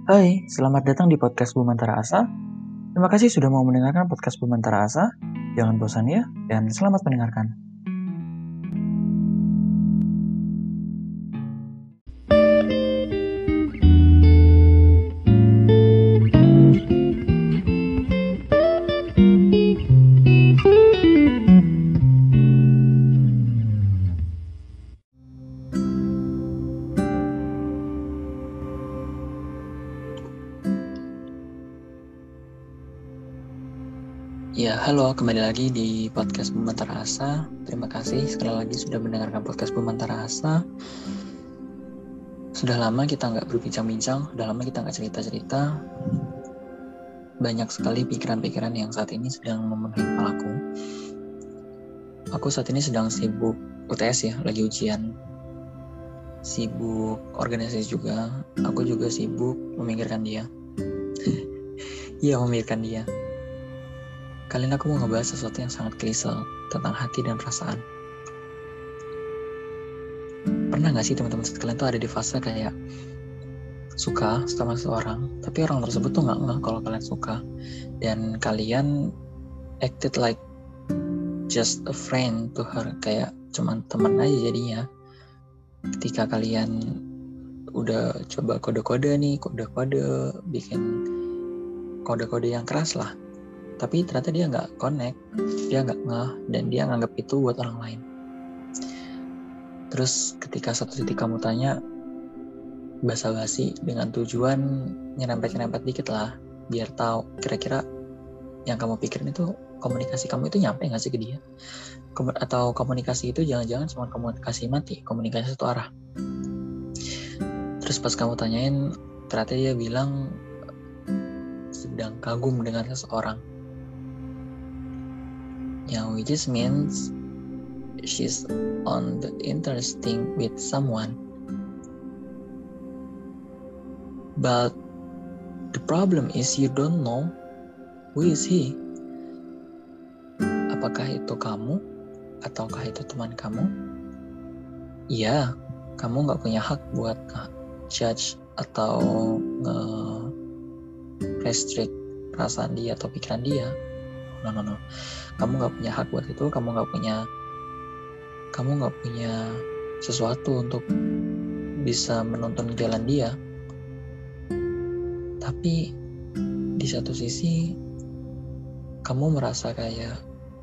Hai, selamat datang di podcast Bumantara Asa. Terima kasih sudah mau mendengarkan podcast Bumantara Asa. Jangan bosan ya, dan selamat mendengarkan. Ya, halo, kembali lagi di podcast Bumantara Asa. Terima kasih sekali lagi sudah mendengarkan podcast Bumantara Asa. Sudah lama kita nggak berbincang-bincang, sudah lama kita nggak cerita-cerita. Banyak sekali pikiran-pikiran yang saat ini sedang memenuhi kepalaku. Aku saat ini sedang sibuk UTS ya, lagi ujian. Sibuk organisasi juga. Aku juga sibuk memikirkan dia. Iya, memikirkan dia. Kali ini aku mau ngebahas sesuatu yang sangat klise tentang hati dan perasaan. Pernah gak sih teman-teman sekalian tuh ada di fase kayak suka sama seseorang, tapi orang tersebut tuh gak ngeh kalau kalian suka, dan kalian acted like just a friend to her, kayak cuman teman aja jadinya. Ketika kalian udah coba kode-kode nih, kode-kode, bikin kode-kode yang keras lah, tapi ternyata dia gak connect, dia gak ngeh, dan dia nganggap itu buat orang lain. Terus ketika satu titik kamu tanya, basa-basi dengan tujuan nyerempet-nyerempet dikit lah, biar tahu kira-kira yang kamu pikirin itu, komunikasi kamu itu nyampe nggak sih ke dia, atau komunikasi itu jangan-jangan cuma komunikasi mati, komunikasi satu arah. Terus pas kamu tanyain, ternyata dia bilang sedang kagum dengan seseorang, yang which is means she's on the interesting with someone. But the problem is you don't know who is he. Apakah itu kamu ataukah itu teman kamu? Iya, kamu gak punya hak buat judge atau restrict perasaan dia atau pikiran dia. No. Kamu gak punya hak buat itu. Kamu gak punya sesuatu untuk bisa menuntun jalan dia. Tapi di satu sisi kamu merasa kayak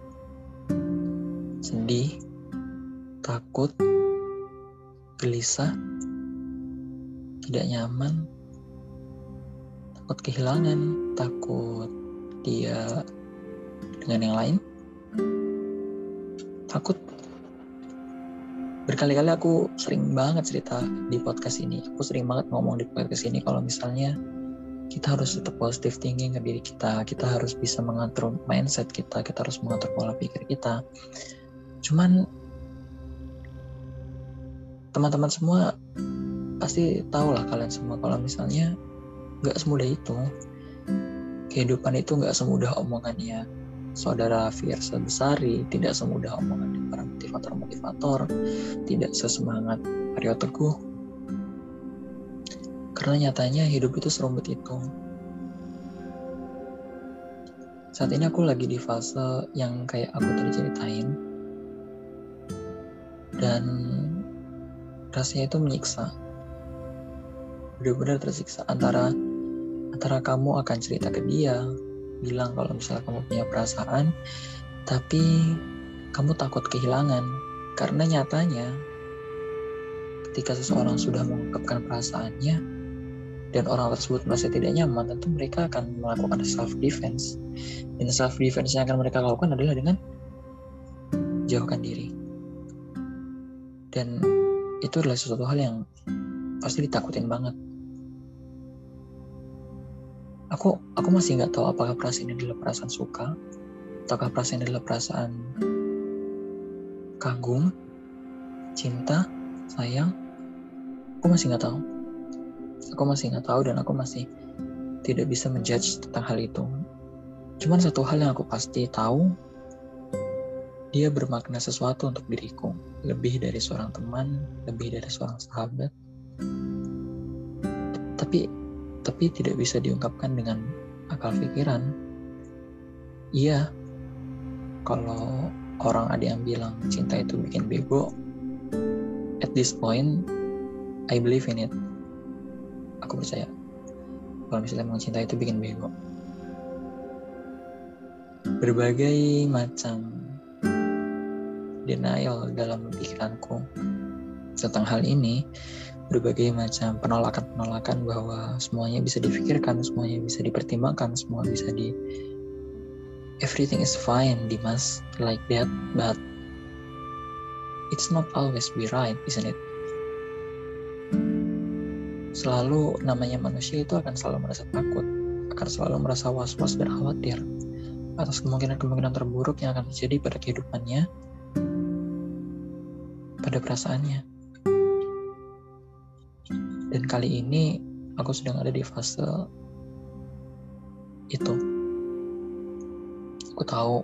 sedih, takut, gelisah, tidak nyaman, takut kehilangan, takut dia dengan yang lain, takut. Berkali-kali aku sering banget cerita di podcast ini, aku sering banget ngomong di podcast ini kalau misalnya kita harus tetap positive thinking ke diri kita harus bisa mengatur mindset kita harus mengatur pola pikir kita. Cuman teman-teman semua pasti tahu lah, kalian semua, kalau misalnya gak semudah itu. Kehidupan itu gak semudah omongannya saudara Fiersa Besari, tidak semudah omongan para motivator-motivator, tidak sesemangat Aryo Teguh. Karena nyatanya hidup itu serumit itu. Saat ini aku lagi di fase yang kayak aku tadi ceritain, dan rasanya itu menyiksa, benar-benar tersiksa. Antara kamu akan cerita ke dia, bilang kalau misalnya kamu punya perasaan, tapi kamu takut kehilangan. Karena nyatanya ketika seseorang sudah mengungkapkan perasaannya dan orang tersebut merasa tidak nyaman, tentu mereka akan melakukan self-defense. Dan self-defense yang akan mereka lakukan adalah dengan jauhkan diri. Dan itu adalah sesuatu hal yang pasti ditakutin banget. Aku masih nggak tahu apakah perasaan ini adalah perasaan suka, ataukah perasaan ini adalah perasaan kagum, cinta, sayang. Aku masih nggak tahu dan aku masih tidak bisa menjudge tentang hal itu. Cuman satu hal yang aku pasti tahu, dia bermakna sesuatu untuk diriku, lebih dari seorang teman, lebih dari seorang sahabat. Tapi tapi tidak bisa diungkapkan dengan akal pikiran. Iya, kalau orang ada yang bilang cinta itu bikin bego, at this point I believe in it. Aku percaya kalau misalnya memang cinta itu bikin bego. Berbagai macam denial dalam pikiranku tentang hal ini, berbagai macam penolakan-penolakan bahwa semuanya bisa difikirkan, semuanya bisa dipertimbangkan, semua bisa everything is fine, Dimas, like that, but it's not always be right, isn't it? Selalu namanya manusia itu akan selalu merasa takut, akan selalu merasa was-was dan khawatir atas kemungkinan-kemungkinan terburuk yang akan terjadi pada kehidupannya, pada perasaannya. Dan kali ini aku sedang ada di fase itu. Aku tahu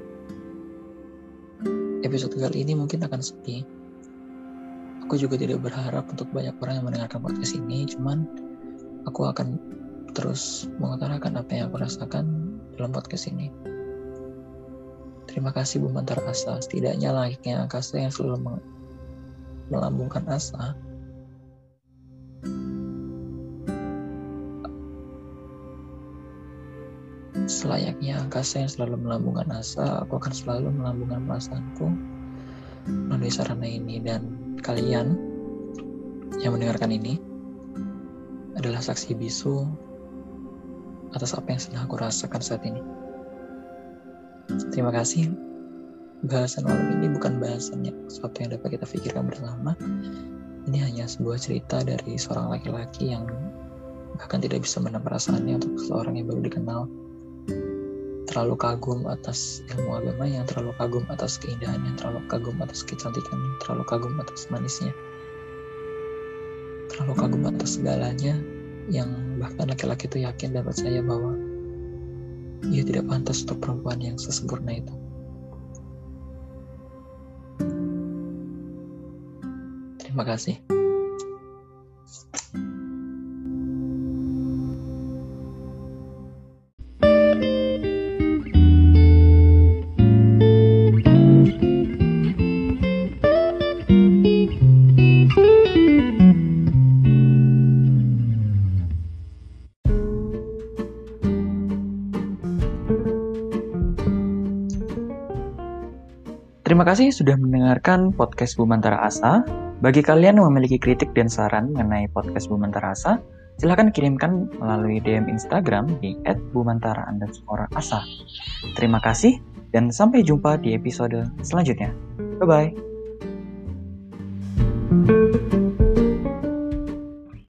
episode kali ini mungkin akan sepi. Aku juga tidak berharap untuk banyak orang yang mendengarkan podcast ini, cuman aku akan terus mengutarakan apa yang aku rasakan dalam podcast ini. Terima kasih Bumantara Asa, setidaknya layaknya angkasa yang selalu melambungkan asa. Selayaknya angkasa yang selalu melambungkan asa, aku akan selalu melambungkan perasaanku melalui sarana ini. Dan kalian yang mendengarkan ini adalah saksi bisu atas apa yang sedang aku rasakan saat ini. Terima kasih. Bahasan malam ini bukan bahasan yang sesuatu yang dapat kita pikirkan bersama. Ini hanya sebuah cerita dari seorang laki-laki yang bahkan tidak bisa menahan perasaannya untuk seseorang yang baru dikenal. Terlalu kagum atas ilmu agamanya, terlalu kagum atas keindahannya, terlalu kagum atas kecantikannya, terlalu kagum atas manisnya, terlalu kagum atas segalanya, yang bahkan laki-laki itu yakin dan percaya bahwa ia tidak pantas untuk perempuan yang sesempurna itu. Terima kasih. Terima kasih sudah mendengarkan podcast Bumantara Asa. Bagi kalian yang memiliki kritik dan saran mengenai podcast Bumantara Asa, silahkan kirimkan melalui DM Instagram di @bumantara_asa. Terima kasih dan sampai jumpa di episode selanjutnya. Bye-bye.